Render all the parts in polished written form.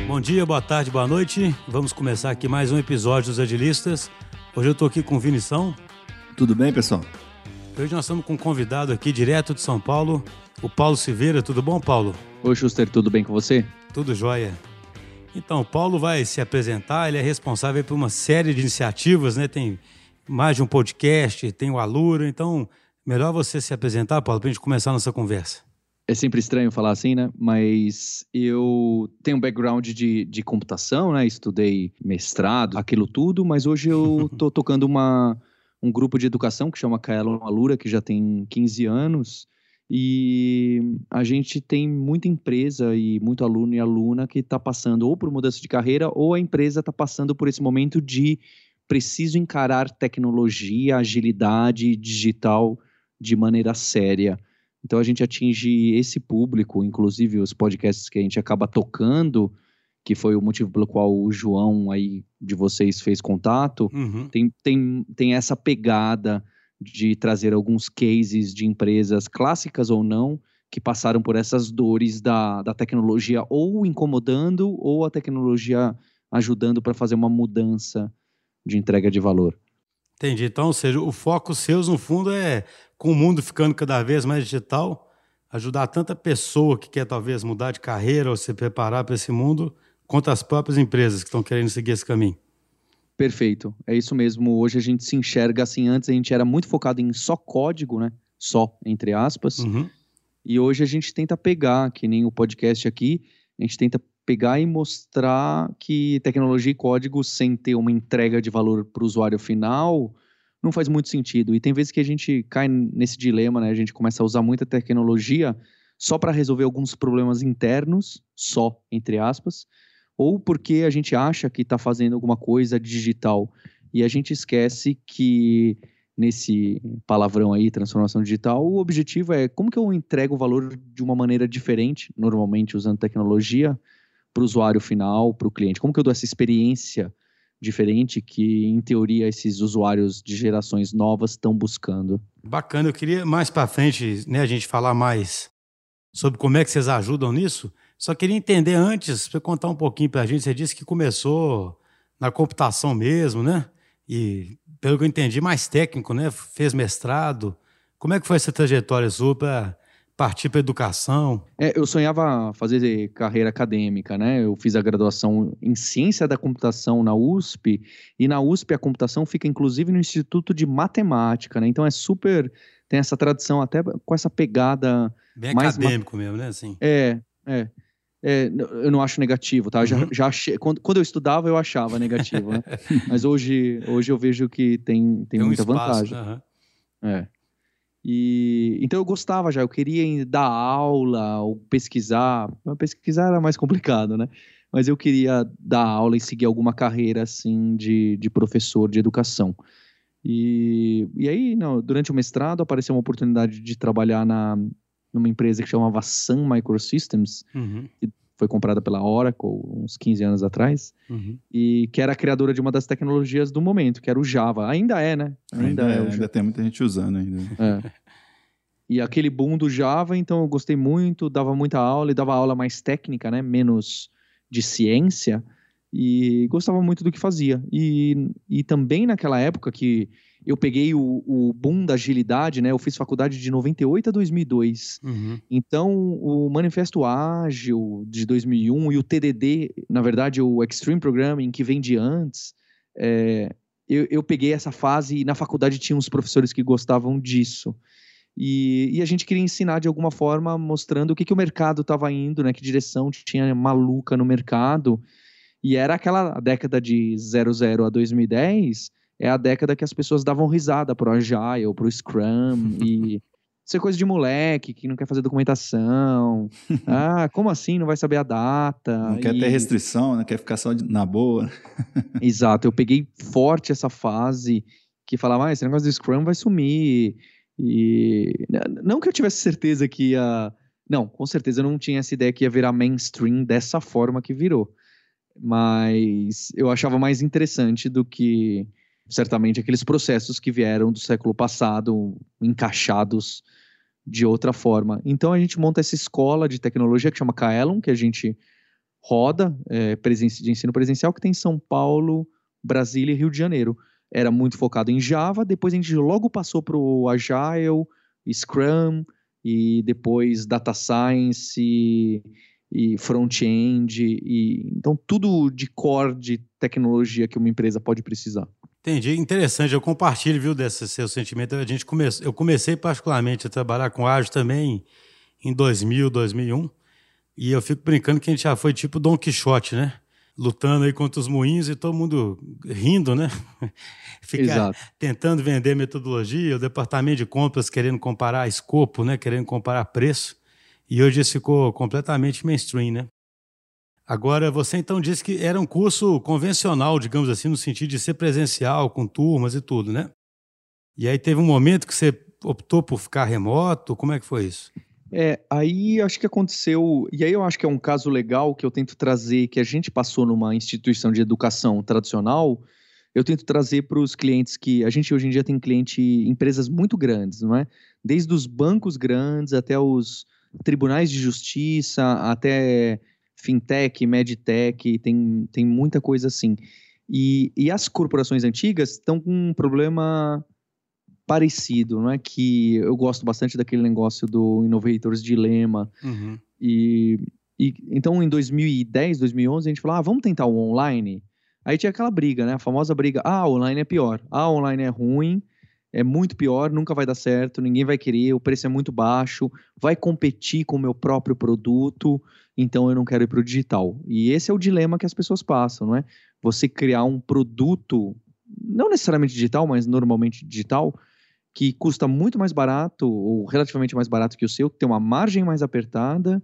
Bom dia, boa tarde, boa noite. Vamos começar aqui mais um episódio dos Agilistas. Hoje eu estou aqui com o Vinição. Tudo bem, pessoal? Hoje nós estamos com um convidado aqui direto de São Paulo, o Paulo Silveira. Tudo bom, Paulo? Oi, Schuster, tudo bem com você? Tudo jóia. Então, o Paulo vai se apresentar, ele é responsável por uma série de iniciativas, né? Tem mais de um podcast, tem o Alura, então melhor você se apresentar, Paulo, para a gente começar a nossa conversa. É sempre estranho falar assim, né? Mas eu tenho um background de computação, né? Estudei mestrado, aquilo tudo, mas hoje eu tô tocando um grupo de educação que chama Kaelon Alura, que já tem 15 anos, e a gente tem muita empresa e muito aluno e aluna que está passando ou por mudança de carreira ou a empresa está passando por esse momento de preciso encarar tecnologia, agilidade digital de maneira séria. Então a gente atinge esse público, inclusive os podcasts que a gente acaba tocando, que foi o motivo pelo qual o João aí de vocês fez contato, tem essa pegada de trazer alguns cases de empresas clássicas ou não, que passaram por essas dores da tecnologia ou incomodando ou a tecnologia ajudando para fazer uma mudança de entrega de valor. Entendi. Então, ou seja, o foco seu, no fundo, é com o mundo ficando cada vez mais digital, ajudar tanta pessoa que quer talvez mudar de carreira ou se preparar para esse mundo, quanto as próprias empresas que estão querendo seguir esse caminho. Perfeito, é isso mesmo. Hoje a gente se enxerga assim, antes a gente era muito focado em só código, né? Só, entre aspas. E hoje a gente tenta pegar, que nem o podcast aqui, a gente tenta pegar e mostrar que tecnologia e código sem ter uma entrega de valor para o usuário final não faz muito sentido. E tem vezes que a gente cai nesse dilema, né? A gente começa a usar muita tecnologia só para resolver alguns problemas internos, só, entre aspas, ou porque a gente acha que está fazendo alguma coisa digital. E a gente esquece que nesse palavrão aí, transformação digital, o objetivo é como que eu entrego o valor de uma maneira diferente, normalmente usando tecnologia, para o usuário final, para o cliente. Como que eu dou essa experiência diferente que, em teoria, esses usuários de gerações novas estão buscando? Bacana, eu queria mais para frente, né, a gente falar mais sobre como é que vocês ajudam nisso. Só queria entender antes, para contar um pouquinho para a gente, você disse que começou na computação mesmo, né? E, pelo que eu entendi, mais técnico, né? Fez mestrado. Como é que foi essa trajetória sua para partir para a educação? Eu sonhava fazer carreira acadêmica, né? Eu fiz a graduação em Ciência da Computação na USP, e na USP a computação fica inclusive no Instituto de Matemática, né? Então é super... tem essa tradição até com essa pegada... Bem mais acadêmico mesmo, né? Assim. Eu não acho negativo, tá? Já achei, quando eu estudava, eu achava negativo, né? Mas hoje eu vejo que tem muita vantagem. Então eu gostava já, eu queria dar aula ou pesquisar. Pesquisar era mais complicado, né? Mas eu queria dar aula e seguir alguma carreira assim de professor de educação. E aí, durante o mestrado, apareceu uma oportunidade de trabalhar numa empresa que chamava Sun Microsystems, que foi comprada pela Oracle uns 15 anos atrás, e que era a criadora de uma das tecnologias do momento, que era o Java. Ainda é, né? Ainda tem muita gente usando ainda. E aquele boom do Java, então eu gostei muito, dava muita aula, e dava aula mais técnica, né? Menos de ciência, e gostava muito do que fazia. E também naquela época que eu peguei o boom da agilidade, né? Eu fiz faculdade de 98 a 2002. Então, o Manifesto Ágil de 2001 e o TDD, na verdade, o Extreme Programming, que vem de antes, eu peguei essa fase e na faculdade tinha uns professores que gostavam disso. E a gente queria ensinar de alguma forma, mostrando o que o mercado estava indo, né? Que direção tinha maluca no mercado. E era aquela década de 00 a 2010, é a década que as pessoas davam risada pro Agile, pro Scrum, e isso é coisa de moleque que não quer fazer documentação. Como assim não vai saber a data? Não quer ter restrição, não quer ficar só na boa. Exato, eu peguei forte essa fase que falava, esse negócio do Scrum vai sumir. E não que eu tivesse certeza que ia... Não, com certeza eu não tinha essa ideia que ia virar mainstream dessa forma que virou. Mas eu achava mais interessante do que, certamente, aqueles processos que vieram do século passado, encaixados de outra forma. Então a gente monta essa escola de tecnologia que chama Kaelon, que a gente roda de ensino presencial que tem em São Paulo, Brasília e Rio de Janeiro. Era muito focado em Java, depois a gente logo passou para o Agile, Scrum, e depois Data Science e front-end. Então, tudo de core de tecnologia que uma empresa pode precisar. Entendi, interessante. Eu compartilho, viu, desse seu sentimento. Eu comecei particularmente a trabalhar com ágil também em 2000, 2001, e eu fico brincando que a gente já foi tipo Don Quixote, né? Lutando aí contra os moinhos e todo mundo rindo, né? Ficar tentando vender metodologia, o departamento de compras querendo comparar escopo, né? Querendo comparar preço, e hoje isso ficou completamente mainstream, né? Agora, você então disse que era um curso convencional, digamos assim, no sentido de ser presencial, com turmas e tudo, né? E aí teve um momento que você optou por ficar remoto, como é que foi isso? Aí acho que aconteceu, e aí eu acho que é um caso legal que eu tento trazer, que a gente passou numa instituição de educação tradicional, eu tento trazer para os clientes que, a gente hoje em dia tem empresas muito grandes, não é? Desde os bancos grandes até os tribunais de justiça, até fintech, medtech, tem muita coisa assim. E as corporações antigas estão com um problema parecido, não é? Que eu gosto bastante daquele negócio do Innovator's Dilemma. Uhum. Então, em 2010, 2011, a gente falou, vamos tentar o online? Aí tinha aquela briga, né? A famosa briga, online é pior, online é ruim, é muito pior, nunca vai dar certo, ninguém vai querer, o preço é muito baixo, vai competir com o meu próprio produto, então eu não quero ir para o digital. E esse é o dilema que as pessoas passam, não é? Você criar um produto, não necessariamente digital, mas normalmente digital, que custa muito mais barato, ou relativamente mais barato que o seu, que tem uma margem mais apertada.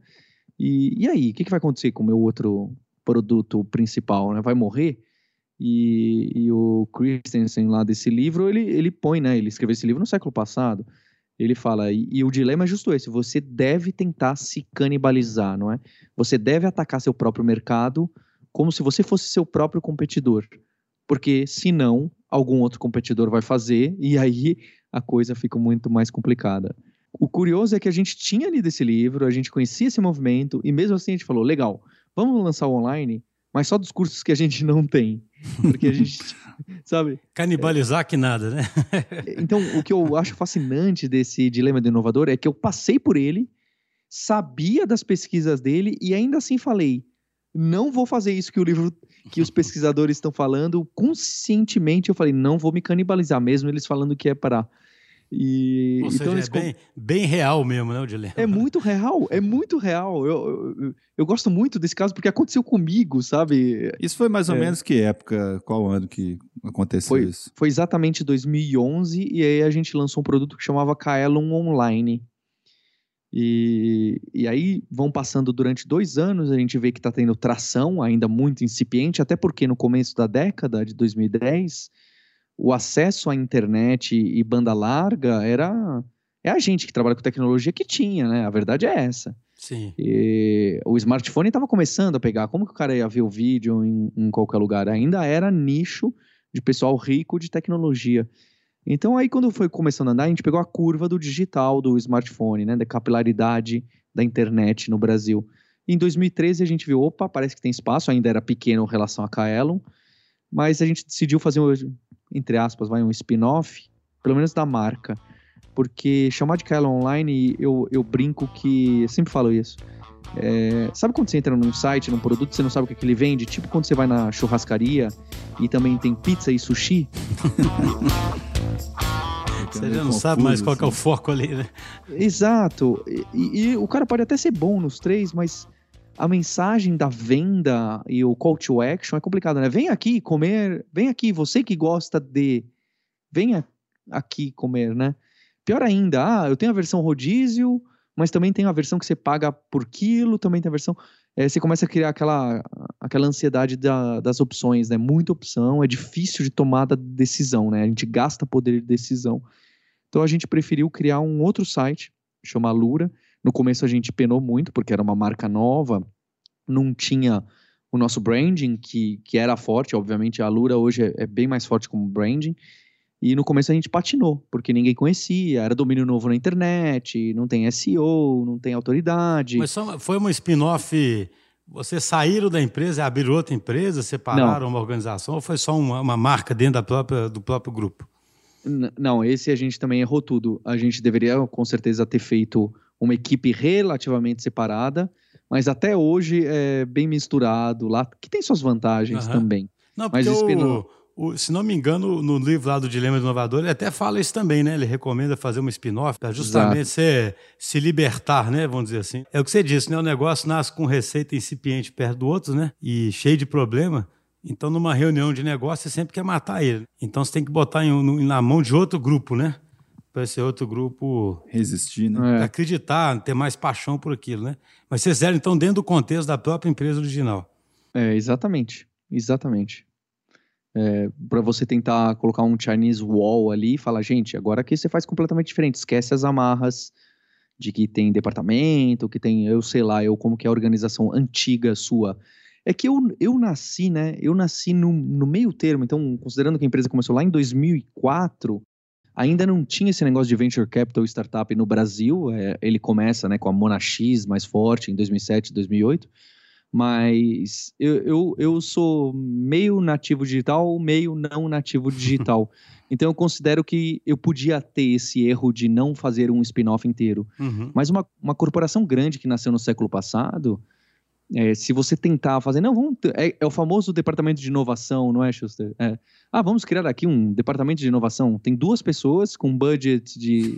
E aí, o que vai acontecer com o meu outro produto principal, né? Vai morrer? E o Christensen lá desse livro, ele põe, né? Ele escreveu esse livro no século passado. Ele fala, e o dilema é justo esse, você deve tentar se canibalizar, não é? Você deve atacar seu próprio mercado como se você fosse seu próprio competidor. Porque, senão, algum outro competidor vai fazer, e aí a coisa fica muito mais complicada. O curioso é que a gente tinha lido esse livro, a gente conhecia esse movimento, e mesmo assim a gente falou, legal, vamos lançar o online, mas só dos cursos que a gente não tem. Porque a gente, sabe? Canibalizar que nada, né? Então, o que eu acho fascinante desse dilema do inovador é que eu passei por ele, sabia das pesquisas dele, e ainda assim falei, não vou fazer isso que os pesquisadores estão falando, conscientemente eu falei, não vou me canibalizar, mesmo eles falando que é para... Ou seja, é bem real mesmo, né, o dilema? É muito real, é muito real. Eu gosto muito desse caso porque aconteceu comigo, sabe? Isso foi mais ou menos que época, qual ano que aconteceu isso? Foi exatamente 2011 e aí a gente lançou um produto que chamava Kaelon Online. E aí vão passando durante 2 anos, a gente vê que está tendo tração, ainda muito incipiente, até porque no começo da década de 2010... o acesso à internet e banda larga é a gente que trabalha com tecnologia que tinha, né? A verdade é essa. Sim. E o smartphone estava começando a pegar. Como que o cara ia ver o vídeo em qualquer lugar? Ainda era nicho de pessoal rico de tecnologia. Então aí quando foi começando a andar, a gente pegou a curva do digital, do smartphone, né? Da capilaridade da internet no Brasil. Em 2013 a gente viu, opa, parece que tem espaço, ainda era pequeno em relação a Kaelon, mas a gente decidiu fazer entre aspas, um spin-off, pelo menos da marca. Porque chamar de Kaelon Online, eu brinco que... Eu sempre falo isso. Sabe quando você entra num site, num produto, você não sabe o que ele vende? Tipo quando você vai na churrascaria e também tem pizza e sushi. Você já não sabe mais qual que é o foco ali, né? Exato. E o cara pode até ser bom nos 3, mas... a mensagem da venda e o call to action é complicado, né? Vem aqui comer, vem aqui, você que gosta de... venha aqui comer, né? Pior ainda, eu tenho a versão rodízio, mas também tem a versão que você paga por quilo, também tem a versão... você começa a criar aquela ansiedade das opções, né? Muita opção, é difícil de tomada de decisão, né? A gente gasta poder de decisão. Então a gente preferiu criar um outro site, chama Alura. No começo a gente penou muito, porque era uma marca nova, não tinha o nosso branding, que era forte, obviamente a Alura hoje é bem mais forte como branding, e no começo a gente patinou, porque ninguém conhecia, era domínio novo na internet, não tem SEO, não tem autoridade. Mas foi uma spin-off Vocês saíram da empresa e abriram outra empresa, separaram uma organização, ou foi só uma marca dentro do próprio grupo? Não, esse a gente também errou tudo. A gente deveria, com certeza, ter feito uma equipe relativamente separada, mas até hoje é bem misturado lá, que tem suas vantagens também. Não, porque se não me engano, no livro lá do Dilema do Inovador, ele até fala isso também, né? Ele recomenda fazer uma spin-off para justamente você se libertar, né? Vamos dizer assim. É o que você disse, né? O negócio nasce com receita incipiente perto do outro, né? E cheio de problema. Então, numa reunião de negócio, você sempre quer matar ele. Então, você tem que botar na mão de outro grupo, né? Para esse outro grupo resistir, né? Acreditar, ter mais paixão por aquilo, né? Mas vocês fizeram, então, dentro do contexto da própria empresa original. Exatamente. Para você tentar colocar um Chinese wall ali e falar, gente, agora aqui você faz completamente diferente, esquece as amarras de que tem departamento, que tem, eu sei lá, como que é a organização antiga sua. É que eu nasci, né, no meio termo, então, considerando que a empresa começou lá em 2004, ainda não tinha esse negócio de venture capital startup no Brasil, ele começa, né, com a Monax mais forte em 2007, 2008, mas eu sou meio nativo digital, meio não nativo digital. Então eu considero que eu podia ter esse erro de não fazer um spin-off inteiro. Mas uma corporação grande que nasceu no século passado, se você tentar fazer... Não, é o famoso departamento de inovação, não é, Schuster? Vamos criar aqui um departamento de inovação. Tem 2 pessoas com budget de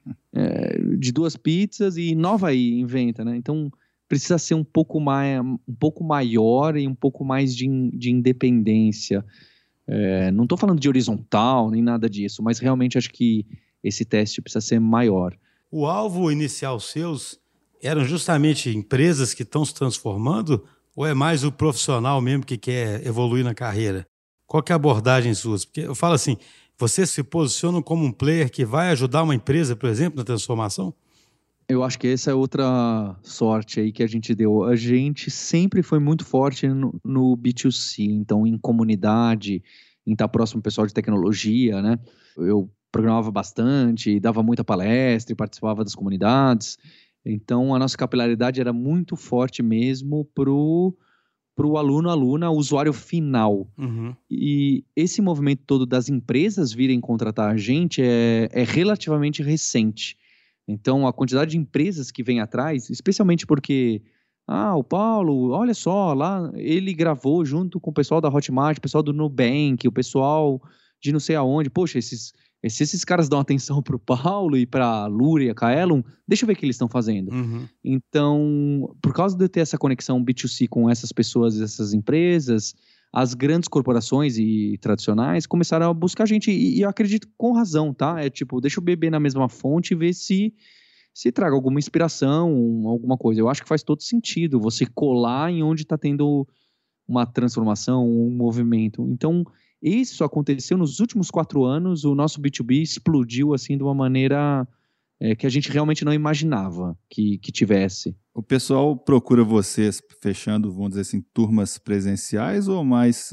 2 pizzas e inova aí, inventa, né? Então... precisa ser um pouco maior e um pouco mais de independência. Não estou falando de horizontal, nem nada disso, mas realmente acho que esse teste precisa ser maior. O alvo inicial seus eram justamente empresas que estão se transformando ou é mais o profissional mesmo que quer evoluir na carreira? Qual que é a abordagem sua? Porque eu falo assim, vocês se posicionam como um player que vai ajudar uma empresa, por exemplo, na transformação? Eu acho que essa é outra sorte aí que a gente deu. A gente sempre foi muito forte no B2C, então em comunidade, em estar próximo ao pessoal de tecnologia, né? Eu programava bastante, dava muita palestra e participava das comunidades. Então a nossa capilaridade era muito forte mesmo pro aluno, aluna, usuário final. E esse movimento todo das empresas virem contratar a gente é relativamente recente. Então, a quantidade de empresas que vem atrás, especialmente porque, o Paulo, olha só, lá ele gravou junto com o pessoal da Hotmart, o pessoal do Nubank, o pessoal de não sei aonde. Poxa, esses caras dão atenção para o Paulo e para a Lúria, a Kaelon, deixa eu ver o que eles estão fazendo. Então, por causa de eu ter essa conexão B2C com essas pessoas, essas empresas, as grandes corporações e tradicionais começaram a buscar a gente, e eu acredito com razão, tá? Deixa eu beber na mesma fonte e ver se traga alguma inspiração, alguma coisa. Eu acho que faz todo sentido você colar em onde está tendo uma transformação, um movimento. Então, isso aconteceu nos últimos 4 anos, o nosso B2B explodiu assim de uma maneira que a gente realmente não imaginava que tivesse. O pessoal procura vocês fechando, vamos dizer assim, turmas presenciais ou mais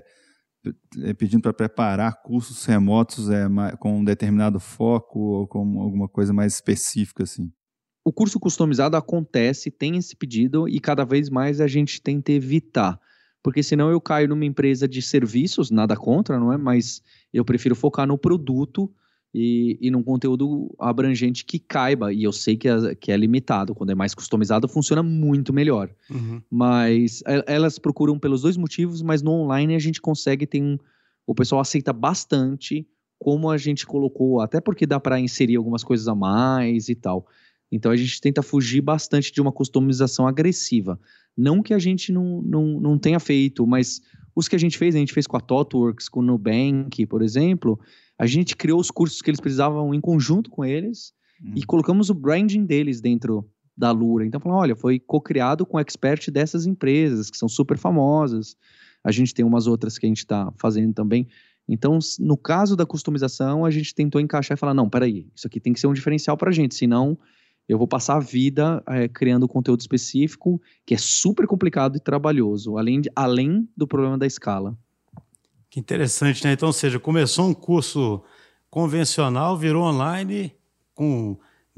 pedindo para preparar cursos remotos com um determinado foco ou com alguma coisa mais específica assim? O curso customizado acontece, tem esse pedido e cada vez mais a gente tenta evitar. Porque senão eu caio numa empresa de serviços, nada contra, não é? Mas eu prefiro focar no produto e num conteúdo abrangente que caiba. E eu sei que é limitado. Quando é mais customizado, funciona muito melhor. Mas elas procuram pelos 2 motivos, mas no online a gente consegue o pessoal aceita bastante como a gente colocou, até porque dá para inserir algumas coisas a mais e tal. Então a gente tenta fugir bastante de uma customização agressiva. Não que a gente não tenha feito, mas os que a gente fez com a ThoughtWorks, com o Nubank, por exemplo, a gente criou os cursos que eles precisavam em conjunto com eles e colocamos o branding deles dentro da Lura. Então, falando, olha, foi co-criado com expert dessas empresas, que são super famosas. A gente tem umas outras que a gente está fazendo também. Então, no caso da customização, a gente tentou encaixar e falar, não, peraí, isso aqui tem que ser um diferencial para a gente, senão eu vou passar a vida criando conteúdo específico, que é super complicado e trabalhoso, além do problema da escala. Que interessante, né? Então, ou seja, começou um curso convencional, virou online, com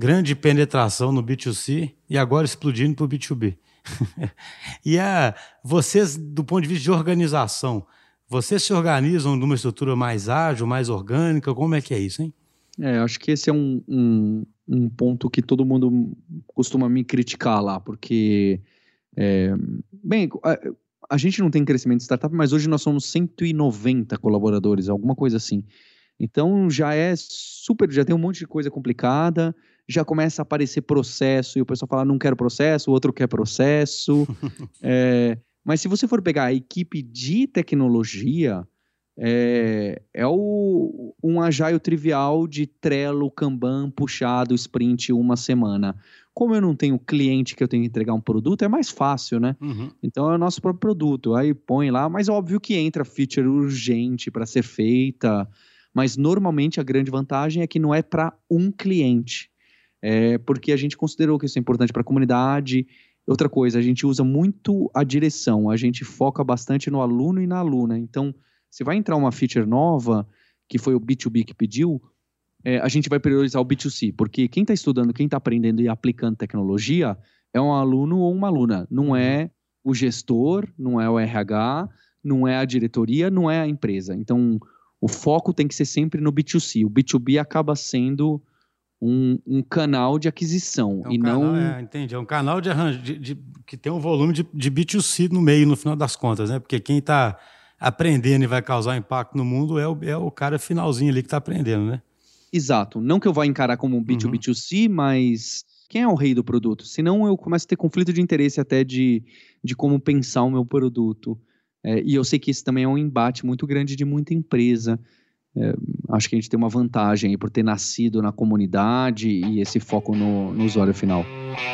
grande penetração no B2C e agora explodindo para o B2B. E vocês, do ponto de vista de organização, vocês se organizam numa estrutura mais ágil, mais orgânica? Como é que é isso, hein? Acho que esse é um ponto que todo mundo costuma me criticar lá, porque, bem, a gente não tem crescimento de startup, mas hoje nós somos 190 colaboradores, alguma coisa assim. Então já é super, já tem um monte de coisa complicada, já começa a aparecer processo, e o pessoal fala, não quero processo, o outro quer processo. Mas se você for pegar a equipe de tecnologia, um agile trivial de Trello, Kanban, puxado, sprint, uma semana. Como eu não tenho cliente que eu tenho que entregar um produto, é mais fácil, né? Uhum. Então é o nosso próprio produto. Aí põe lá, mas óbvio que entra feature urgente para ser feita, mas normalmente a grande vantagem é que não é para um cliente. Porque a gente considerou que isso é importante para a comunidade. Outra coisa, a gente usa muito a direção, a gente foca bastante no aluno e na aluna. Então, se vai entrar uma feature nova, que foi o B2B que pediu, a gente vai priorizar o B2C, porque quem está estudando, quem está aprendendo e aplicando tecnologia é um aluno ou uma aluna, não é o gestor, não é o RH, não é a diretoria, não é a empresa. Então, o foco tem que ser sempre no B2C. O B2B acaba sendo um canal de aquisição e não... Entendi. É um canal que tem um volume de B2C no meio, no final das contas, né? Porque quem está aprendendo e vai causar impacto no mundo é o cara finalzinho ali que está aprendendo, né? Exato. Não que eu vá encarar como um B2B2C, mas quem é o rei do produto? Senão eu começo a ter conflito de interesse até de como pensar o meu produto. E eu sei que isso também é um embate muito grande de muita empresa. Acho que a gente tem uma vantagem aí por ter nascido na comunidade e esse foco no usuário final.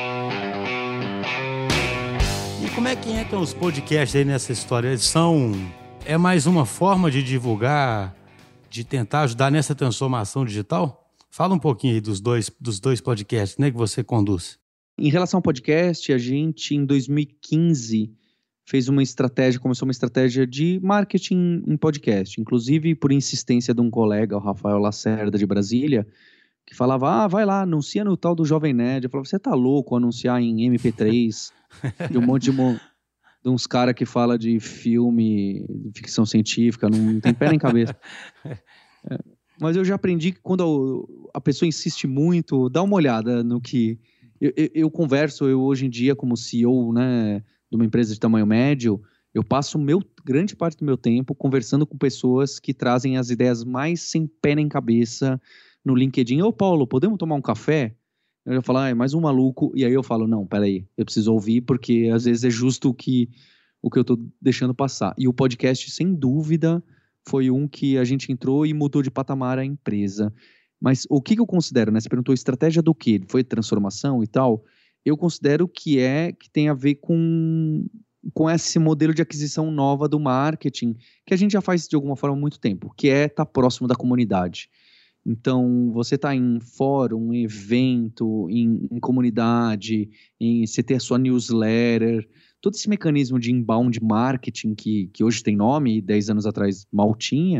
E como é que entram os podcasts aí nessa história? É mais uma forma de divulgar, de tentar ajudar nessa transformação digital? Fala um pouquinho aí dos dois podcasts, né, que você conduz. Em relação ao podcast, a gente em 2015 começou uma estratégia de marketing em podcast, inclusive por insistência de um colega, o Rafael Lacerda de Brasília, que falava, vai lá, anuncia no tal do Jovem Nerd. Eu falava, você tá louco anunciar em MP3 de um monte de uns caras que fala de filme, de ficção científica, não tem pé nem cabeça. Mas eu já aprendi que quando a pessoa insiste muito, dá uma olhada no que... Eu converso, hoje em dia como CEO, né, de uma empresa de tamanho médio, eu passo grande parte do meu tempo conversando com pessoas que trazem as ideias mais sem pé nem cabeça no LinkedIn. Ô Paulo, podemos tomar um café? Eu já falo, é mais um maluco. E aí eu falo, não, peraí, eu preciso ouvir porque às vezes é justo o que eu tô deixando passar. E o podcast, sem dúvida, foi um que a gente entrou e mudou de patamar a empresa. Mas o que eu considero, né? Você perguntou estratégia do quê? Foi transformação e tal? Eu considero que tem a ver com esse modelo de aquisição nova do marketing, que a gente já faz de alguma forma há muito tempo, que é estar próximo da comunidade. Então, você está em fórum, em evento, em comunidade, você ter a sua newsletter, todo esse mecanismo de inbound marketing que hoje tem nome, 10 anos atrás mal tinha,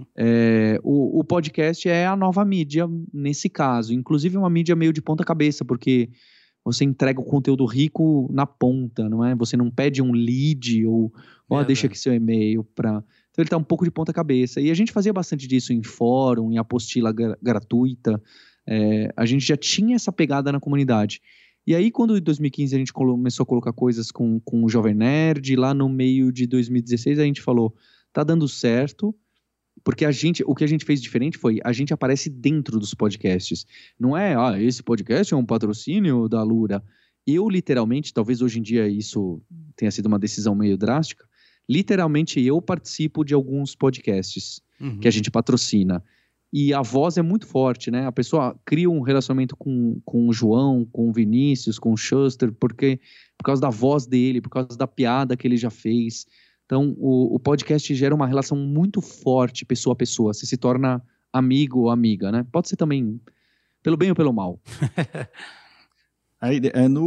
o podcast é a nova mídia nesse caso. Inclusive uma mídia meio de ponta cabeça, porque você entrega o conteúdo rico na ponta, não é? Você não pede um lead ou deixa aqui seu e-mail para... Então ele está um pouco de ponta cabeça. E a gente fazia bastante disso em fórum, em apostila gratuita. A gente já tinha essa pegada na comunidade. E aí, quando em 2015 a gente começou a colocar coisas com o Jovem Nerd, lá no meio de 2016 a gente falou, tá dando certo, porque o que a gente fez diferente foi, a gente aparece dentro dos podcasts. Não é, esse podcast é um patrocínio da Lura. Eu, literalmente, talvez hoje em dia isso tenha sido uma decisão meio drástica, literalmente eu participo de alguns podcasts que a gente patrocina. E a voz é muito forte, né? A pessoa cria um relacionamento com o João, com o Vinícius, com o Schuster, por causa da voz dele, por causa da piada que ele já fez. Então, o podcast gera uma relação muito forte, pessoa a pessoa. Você se torna amigo ou amiga, né? Pode ser também pelo bem ou pelo mal. Aí,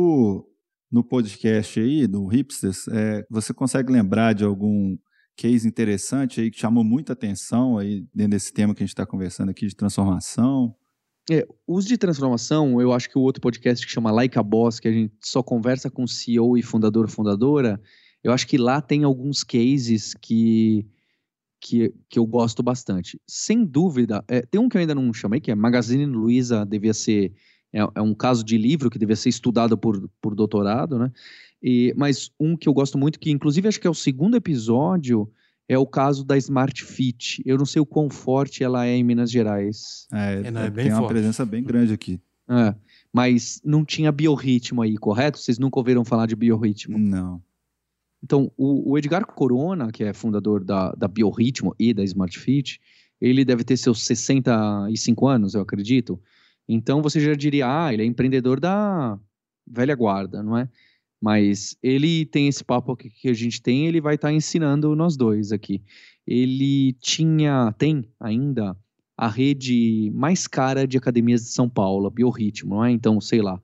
no podcast aí, do Hipsters, você consegue lembrar de algum case interessante aí que chamou muita atenção aí dentro desse tema que a gente está conversando aqui de transformação? Os de transformação, eu acho que o outro podcast que chama Like a Boss, que a gente só conversa com CEO e fundadora, eu acho que lá tem alguns cases que eu gosto bastante. Sem dúvida, tem um que eu ainda não chamei, que é Magazine Luiza, devia ser, é um caso de livro que devia ser estudado por doutorado, né? Mas um que eu gosto muito, que inclusive acho que é o segundo episódio, é o caso da Smart Fit. Eu não sei o quão forte ela é em Minas Gerais. Bem tem uma forte. presença bem grande aqui. Mas não tinha biorritmo aí, correto? Vocês nunca ouviram falar de biorritmo? Não. Então, o Edgar Corona, que é fundador da Biorritmo e da Smart Fit, ele deve ter seus 65 anos, eu acredito. Então, você já diria, ele é empreendedor da velha guarda, não é? Mas ele tem esse papo que a gente tem, ele vai estar ensinando nós dois aqui. Ele tem ainda a rede mais cara de academias de São Paulo, a Biorritmo, não é? Então, sei lá,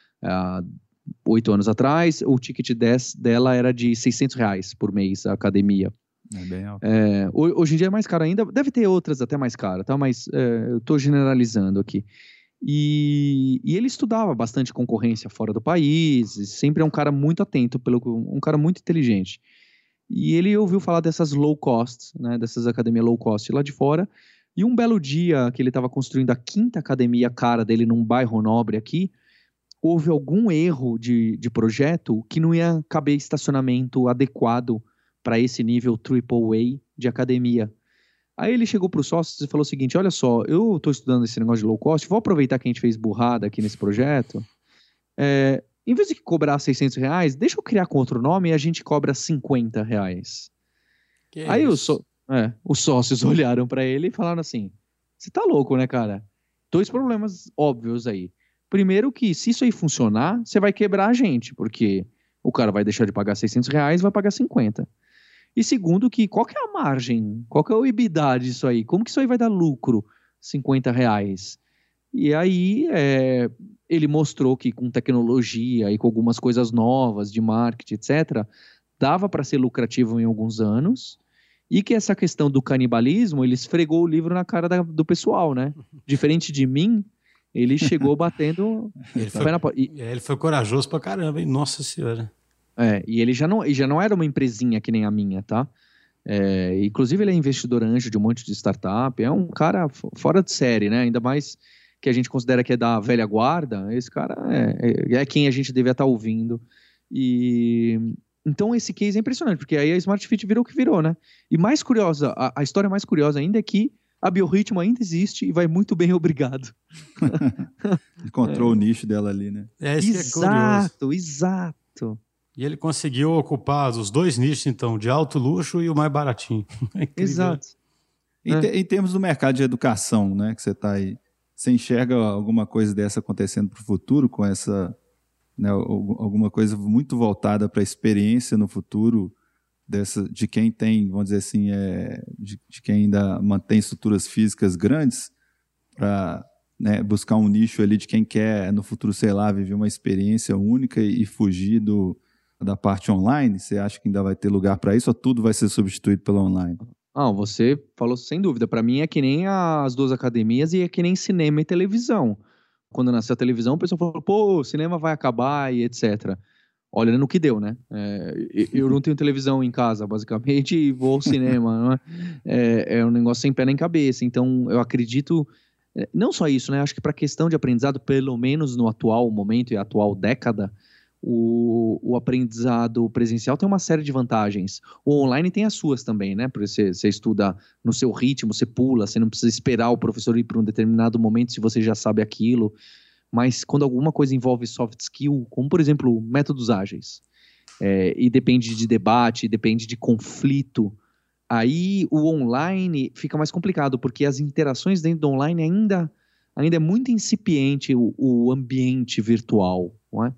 8 anos atrás, o ticket dela era de R$600 por mês, a academia. É bem alto. Hoje em dia é mais caro ainda, deve ter outras até mais caras, tá? Mas eu estou generalizando aqui. E ele estudava bastante concorrência fora do país, sempre é um cara muito atento, um cara muito inteligente. E ele ouviu falar dessas low cost, né, dessas academias low cost lá de fora, e um belo dia que ele estava construindo a 5ª academia cara dele num bairro nobre aqui, houve algum erro de projeto que não ia caber estacionamento adequado para esse nível AAA de academia. Aí ele chegou para os sócios e falou o seguinte, olha só, eu estou estudando esse negócio de low cost, vou aproveitar que a gente fez burrada aqui nesse projeto, em vez de cobrar R$600, deixa eu criar com outro nome e a gente cobra R$50. Aí os sócios olharam para ele e falaram assim, você tá louco, né, cara? 2 problemas óbvios aí. Primeiro que, se isso aí funcionar, você vai quebrar a gente, porque o cara vai deixar de pagar R$600 e vai pagar 50. E segundo que, qual que é a margem? Qual que é o EBITDA disso aí? Como que isso aí vai dar lucro? R$50. E aí, ele mostrou que com tecnologia e com algumas coisas novas de marketing, etc., dava para ser lucrativo em alguns anos, e que essa questão do canibalismo, ele esfregou o livro na cara do pessoal, né? Diferente de mim, ele chegou batendo... Ele foi corajoso pra caramba, hein? Nossa Senhora. E ele já não era uma empresinha que nem a minha, tá? Inclusive ele é investidor anjo de um monte de startup, é um cara fora de série, né? Ainda mais que a gente considera que é da velha guarda, esse cara é quem a gente devia estar ouvindo. Então esse case é impressionante, porque aí a Smart Fit virou o que virou, né? E mais curiosa, a história mais curiosa ainda é que a Biorritmo ainda existe e vai muito bem, obrigado. Encontrou o nicho dela ali, né? Isso que é curioso. Exato. E ele conseguiu ocupar os 2 nichos, então, de alto luxo e o mais baratinho. Exato. Em termos do mercado de educação, né, que você está aí, você enxerga alguma coisa dessa acontecendo para o futuro, com essa, né, alguma coisa muito voltada para a experiência no futuro de quem tem, vamos dizer assim, de quem ainda mantém estruturas físicas grandes, para, né, buscar um nicho ali de quem quer, no futuro, sei lá, viver uma experiência única e fugir da parte online? Você acha que ainda vai ter lugar para isso ou tudo vai ser substituído pelo online? Você falou sem dúvida. Para mim é que nem as 2 academias e é que nem cinema e televisão. Quando nasceu a televisão, o pessoal falou, pô, o cinema vai acabar e etc. Olha no que deu, né? Eu não tenho televisão em casa, basicamente, e vou ao cinema, não é? É um negócio sem pé nem cabeça. Então, eu acredito... Não só isso, né? Acho que para a questão de aprendizado, pelo menos no atual momento e atual década, o aprendizado presencial tem uma série de vantagens. O online tem as suas também, né? Porque você estuda no seu ritmo, você pula, você não precisa esperar o professor ir para um determinado momento se você já sabe aquilo. Mas quando alguma coisa envolve soft skill, como por exemplo métodos ágeis, e depende de debate, depende de conflito, aí o online fica mais complicado, porque as interações dentro do online ainda é muito incipiente o ambiente virtual, não é?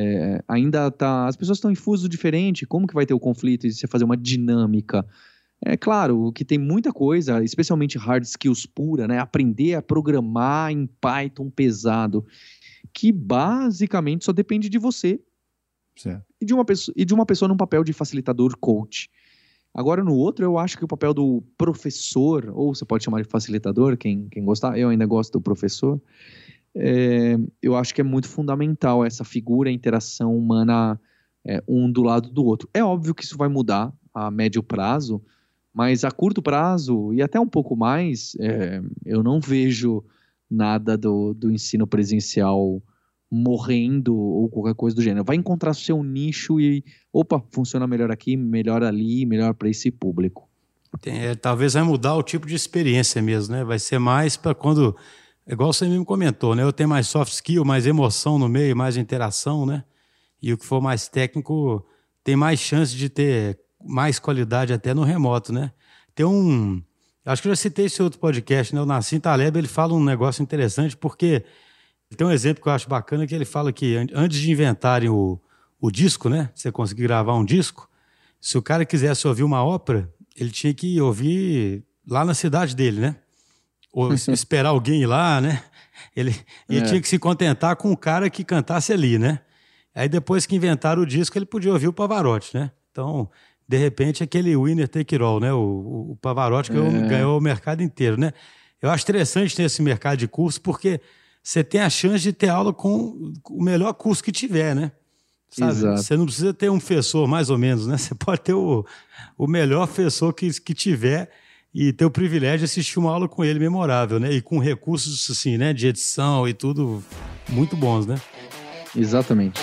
As pessoas estão em fuso diferente, como que vai ter o conflito e você fazer uma dinâmica? É claro que tem muita coisa, especialmente hard skills pura, né? Aprender a programar em Python pesado, que basicamente só depende de você. Certo. E de uma pessoa num papel de facilitador coach. Agora, no outro, eu acho que o papel do professor, ou você pode chamar de facilitador, quem gostar, eu ainda gosto do professor, eu acho que é muito fundamental essa figura, a interação humana, um do lado do outro. É óbvio que isso vai mudar a médio prazo, mas a curto prazo, e até um pouco mais, eu não vejo nada do ensino presencial morrendo ou qualquer coisa do gênero. Vai encontrar seu nicho e, opa, funciona melhor aqui, melhor ali, melhor para esse público. Talvez vai mudar o tipo de experiência mesmo, né? Vai ser mais para quando, igual você mesmo comentou, né? Eu tenho mais soft skill, mais emoção no meio, mais interação, né? E o que for mais técnico tem mais chance de ter mais qualidade até no remoto, né? Acho que eu já citei esse outro podcast, né? O Nassim Taleb, ele fala um negócio interessante, porque tem um exemplo que eu acho bacana, que ele fala que antes de inventarem o disco, né? Você conseguir gravar um disco, se o cara quisesse ouvir uma ópera, ele tinha que ouvir lá na cidade dele, né? Ou esperar alguém ir lá, né? Ele tinha que se contentar com o cara que cantasse ali, né? Aí depois que inventaram o disco, ele podia ouvir o Pavarotti, né? Então, de repente, aquele winner take it all, né? O Pavarotti ganhou o mercado inteiro, né? Eu acho interessante ter esse mercado de curso, porque você tem a chance de ter aula com o melhor curso que tiver, né? Sabe? Exato. Você não precisa ter um professor, mais ou menos, né? Você pode ter o melhor professor que tiver e ter o privilégio de assistir uma aula com ele memorável, né? E com recursos, assim, né? De edição e tudo muito bons, né? Exatamente.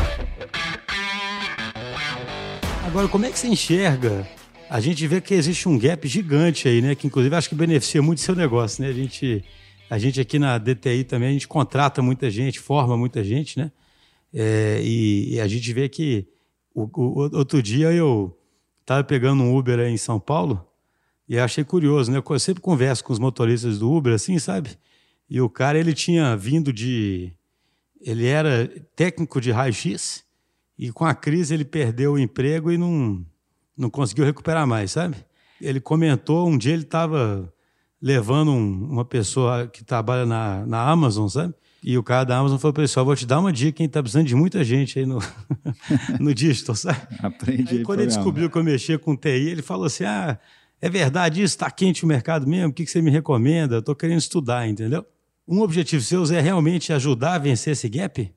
Agora, como é que você enxerga? A gente vê que existe um gap gigante aí, né? Que inclusive acho que beneficia muito o seu negócio, né? A gente aqui na DTI também, a gente contrata muita gente, forma muita gente, né? E a gente vê que outro dia eu estava pegando um Uber aí em São Paulo e achei curioso, né? Eu sempre converso com os motoristas do Uber, assim, sabe? E o cara, ele tinha vindo ele era técnico de raio-x e com a crise ele perdeu o emprego e não conseguiu recuperar mais, sabe? Ele comentou, um dia ele estava levando uma pessoa que trabalha na Amazon, sabe? E o cara da Amazon falou para ele, vou te dar uma dica, hein? Tá precisando de muita gente aí no digital, sabe? Aprende aí. Quando ele descobriu que eu mexia com TI, ele falou assim, é verdade isso? Tá quente o mercado mesmo? O que você me recomenda? Eu tô querendo estudar, entendeu? Um objetivo seu é realmente ajudar a vencer esse gap?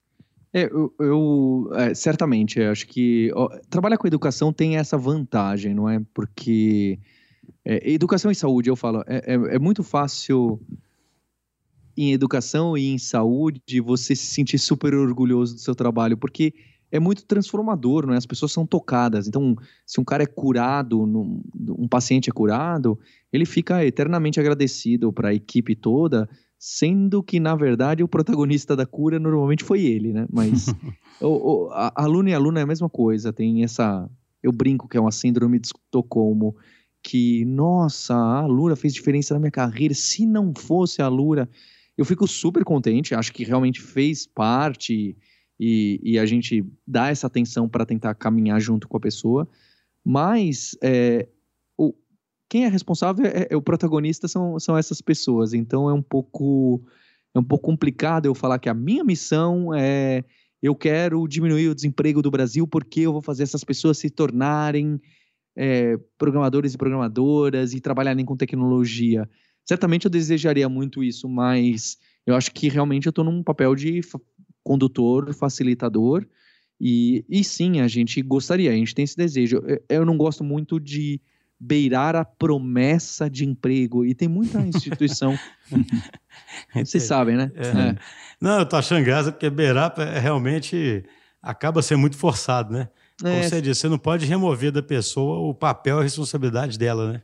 Certamente, eu acho que trabalhar com educação tem essa vantagem, não é? Porque educação e saúde, eu falo, é muito fácil em educação e em saúde você se sentir super orgulhoso do seu trabalho, porque é muito transformador, não é? As pessoas são tocadas. Então, se um cara é curado, um paciente é curado, ele fica eternamente agradecido para a equipe toda, sendo que, na verdade, o protagonista da cura normalmente foi ele, né? Mas aluno e aluna é a mesma coisa, tem essa... Eu brinco que é uma síndrome de Estocolmo, que, nossa, a Alura fez diferença na minha carreira, se não fosse a Alura... Eu fico super contente, acho que realmente fez parte e a gente dá essa atenção para tentar caminhar junto com a pessoa, mas quem é responsável o protagonista são essas pessoas, então é um pouco complicado eu falar que a minha missão é eu quero diminuir o desemprego do Brasil porque eu vou fazer essas pessoas se tornarem programadores e programadoras e trabalharem com tecnologia. Certamente eu desejaria muito isso, mas eu acho que realmente eu estou num papel de condutor, facilitador, e sim, a gente gostaria, a gente tem esse desejo. Eu não gosto muito de beirar a promessa de emprego, e tem muita instituição, vocês sabem, né? Não, eu tô achando graça, porque beirar realmente acaba sendo muito forçado, né? Como você disse, você não pode remover da pessoa o papel e a responsabilidade dela, né?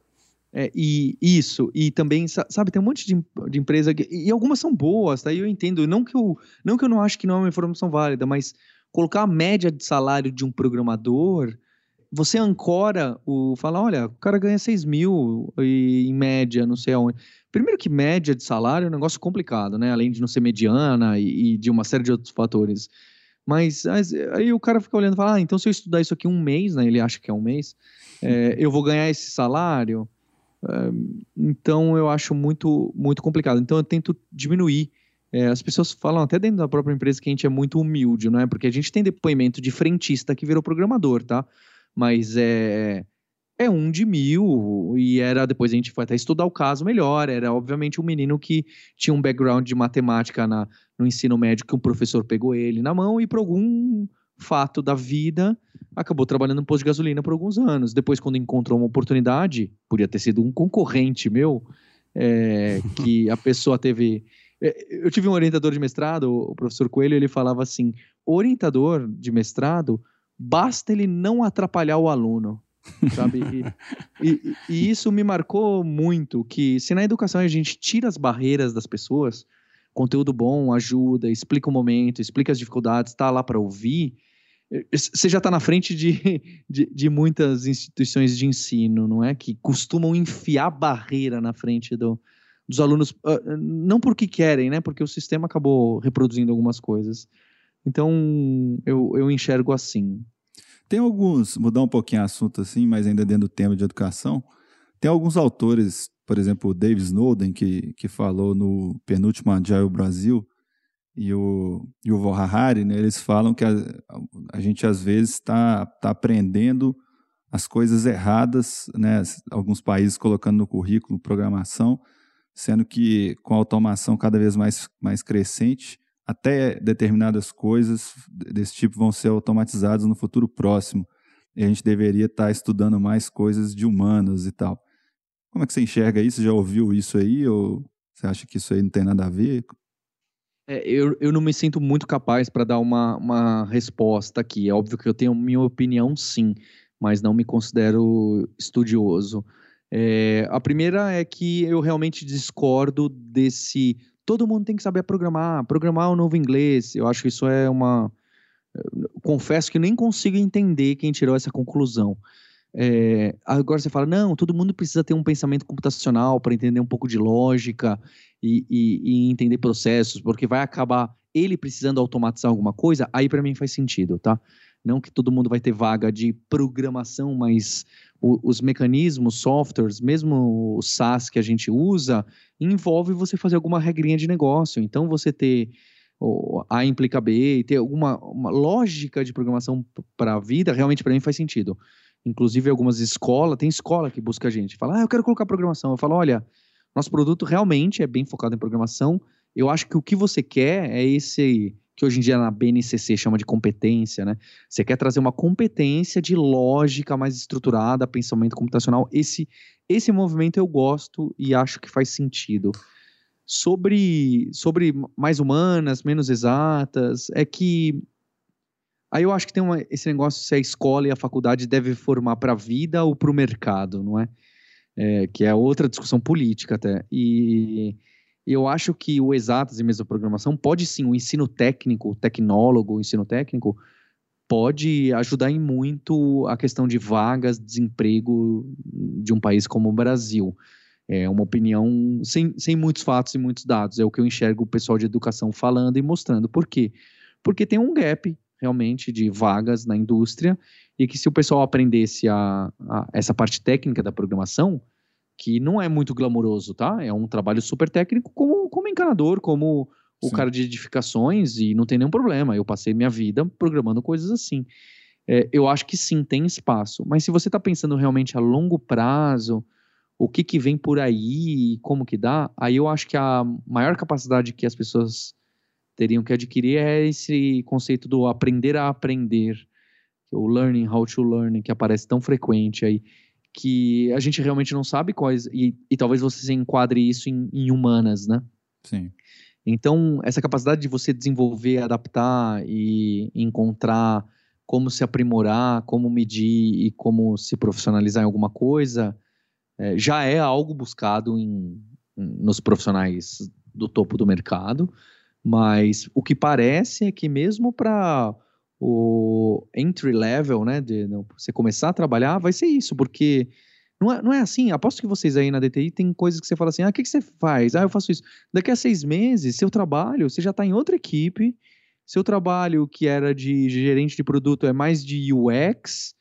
E também, sabe, tem um monte de empresa e algumas são boas, tá? E eu entendo, não que eu não acho que não é uma informação válida, mas colocar a média de salário de um programador, você ancora fala, olha, o cara ganha 6 mil em média, não sei aonde. Primeiro que média de salário é um negócio complicado, né? Além de não ser mediana e de uma série de outros fatores. Mas aí o cara fica olhando e fala, então se eu estudar isso aqui um mês, né? Ele acha que é um mês, eu vou ganhar esse salário. Então eu acho muito, muito complicado. Então eu tento diminuir. As pessoas falam até dentro da própria empresa que a gente é muito humilde, não é? Porque a gente tem depoimento de frentista que virou programador, tá? Mas é 1 de 1000, e depois a gente foi até estudar o caso melhor, era obviamente um menino que tinha um background de matemática no ensino médio, que um professor pegou ele na mão e por algum fato da vida, acabou trabalhando no posto de gasolina por alguns anos. Depois, quando encontrou uma oportunidade, podia ter sido um concorrente meu, que a pessoa teve... Eu tive um orientador de mestrado, o professor Coelho, ele falava assim, orientador de mestrado, basta ele não atrapalhar o aluno. Sabe? E isso me marcou muito, que se na educação a gente tira as barreiras das pessoas, conteúdo bom, ajuda, explica o momento, explica as dificuldades, está lá para ouvir, você já está na frente de muitas instituições de ensino, não é? Que costumam enfiar barreira na frente dos alunos, não porque querem, né? Porque o sistema acabou reproduzindo algumas coisas. Então, eu enxergo assim. Tem alguns, mudar um pouquinho o assunto assim, mas ainda dentro do tema de educação, tem alguns autores, por exemplo, o Dave Snowden, que falou no penúltimo Agile Brasil, e o Yuval Harari, né, eles falam que a gente às vezes está aprendendo as coisas erradas, né, alguns países colocando no currículo programação, sendo que com a automação cada vez mais crescente, até determinadas coisas desse tipo vão ser automatizadas no futuro próximo. E a gente deveria estar estudando mais coisas de humanos e tal. Como é que você enxerga isso? Você já ouviu isso aí? Ou você acha que isso aí não tem nada a ver? Eu não me sinto muito capaz para dar uma resposta aqui. É óbvio que eu tenho minha opinião, sim, mas não me considero estudioso. A primeira é que eu realmente discordo desse... Todo mundo tem que saber programar o novo inglês. Eu acho que isso confesso que nem consigo entender quem tirou essa conclusão. Agora você fala, não, todo mundo precisa ter um pensamento computacional para entender um pouco de lógica e entender processos, porque vai acabar ele precisando automatizar alguma coisa, aí para mim faz sentido, tá? Não que todo mundo vai ter vaga de programação, mas os mecanismos, softwares, mesmo o SaaS que a gente usa, envolve você fazer alguma regrinha de negócio. Então, você ter A implica B e ter uma lógica de programação para a vida, realmente para mim faz sentido. Inclusive, algumas escolas, tem escola que busca a gente, fala, eu quero colocar programação. Eu falo, olha, nosso produto realmente é bem focado em programação. Eu acho que o que você quer é esse, que hoje em dia na BNCC chama de competência, né? Você quer trazer uma competência de lógica mais estruturada, pensamento computacional. Esse movimento eu gosto e acho que faz sentido. Sobre mais humanas, menos exatas, é que aí eu acho que tem esse negócio se a escola e a faculdade devem formar para a vida ou para o mercado, não é? Que é outra discussão política até. E eu acho que o exatas e mesmo a programação pode sim, o ensino técnico, o ensino técnico, pode ajudar em muito a questão de vagas, desemprego de um país como o Brasil. É uma opinião sem muitos fatos e muitos dados. É o que eu enxergo o pessoal de educação falando e mostrando. Por quê? Porque tem um gap, realmente, de vagas na indústria e que se o pessoal aprendesse essa parte técnica da programação, que não é muito glamuroso, tá? É um trabalho super técnico como encanador, como o cara de edificações, e não tem nenhum problema. Eu passei minha vida programando coisas assim. Eu acho que sim, tem espaço. Mas se você está pensando realmente a longo prazo, o que vem por aí, como que dá, aí eu acho que a maior capacidade que as pessoas teriam que adquirir é esse conceito do aprender a aprender, o learning how to learn, que aparece tão frequente aí, que a gente realmente não sabe quais, e talvez você se enquadre isso em humanas, né? Sim. Então, essa capacidade de você desenvolver, adaptar e encontrar como se aprimorar, como medir e como se profissionalizar em alguma coisa, já é algo buscado nos profissionais do topo do mercado, mas o que parece é que mesmo para o entry level, né, de você começar a trabalhar, vai ser isso, porque não é assim. Aposto que vocês aí na DTI tem coisas que você fala assim, o que você faz? Eu faço isso. Daqui a 6 meses, seu trabalho, você já está em outra equipe, seu trabalho que era de gerente de produto é mais de UX,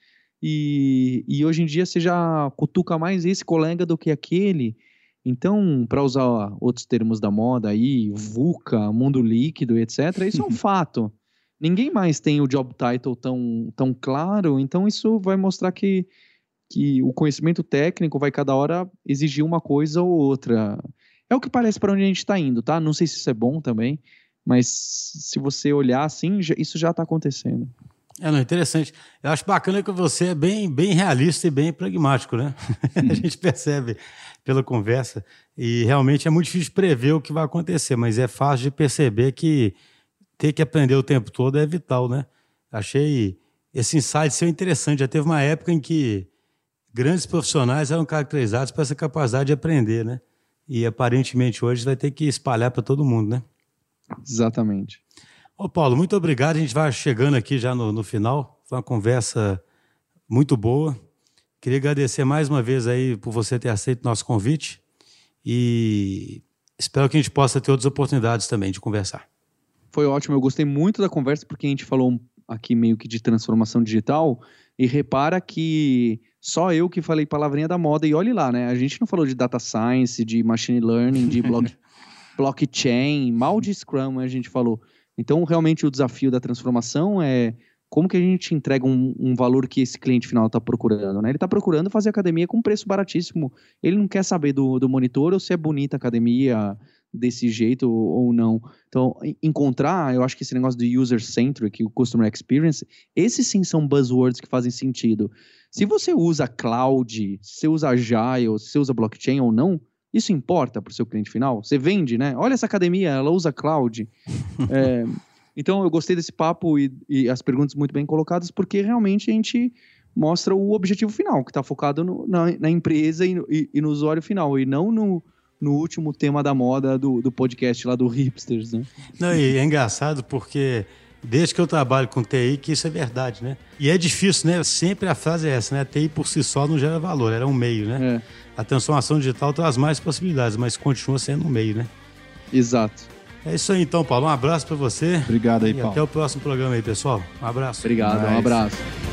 e hoje em dia você já cutuca mais esse colega do que aquele. Então, para usar outros termos da moda aí, VUCA, mundo líquido, etc., isso é um fato. Ninguém mais tem o job title tão claro, então isso vai mostrar que que o conhecimento técnico vai cada hora exigir uma coisa ou outra. É o que parece para onde a gente está indo, tá? Não sei se isso é bom também, mas se você olhar assim, isso já está acontecendo. Não, interessante. Eu acho bacana que você é bem realista e bem pragmático, né? A gente percebe pela conversa. E realmente é muito difícil prever o que vai acontecer, mas é fácil de perceber que ter que aprender o tempo todo é vital, né? Achei esse insight seu interessante. Já teve uma época em que grandes profissionais eram caracterizados por essa capacidade de aprender, né? E aparentemente hoje vai ter que espalhar para todo mundo, né? Exatamente. Ô Paulo, muito obrigado. A gente vai chegando aqui já no final. Foi uma conversa muito boa. Queria agradecer mais uma vez aí por você ter aceito o nosso convite e espero que a gente possa ter outras oportunidades também de conversar. Foi ótimo. Eu gostei muito da conversa porque a gente falou aqui meio que de transformação digital e repara que só eu que falei palavrinha da moda e olhe lá, né? A gente não falou de data science, de machine learning, de blockchain, mal de Scrum a gente falou. Então, realmente, o desafio da transformação é como que a gente entrega um valor que esse cliente final está procurando, né? Ele está procurando fazer academia com preço baratíssimo. Ele não quer saber do monitor ou se é bonita a academia desse jeito ou não. Então, encontrar, eu acho que esse negócio do user-centric, o customer experience, esses sim são buzzwords que fazem sentido. Se você usa cloud, se você usa agile, se você usa blockchain ou não, isso importa para o seu cliente final? Você vende, né? Olha essa academia, ela usa cloud. Então, eu gostei desse papo e as perguntas muito bem colocadas, porque realmente a gente mostra o objetivo final, que está focado na empresa e no usuário final, e não no último tema da moda do podcast lá do Hipsters, né? Não, e é engraçado porque desde que eu trabalho com TI que isso é verdade, né? E é difícil, né? Sempre a frase é essa, né? A TI por si só não gera valor, era um meio, né? A transformação digital traz mais possibilidades, mas continua sendo um meio, né? Exato. É isso aí então, Paulo. Um abraço para você. Obrigado aí, e Paulo. Até o próximo programa aí, pessoal. Um abraço. Obrigado, um abraço.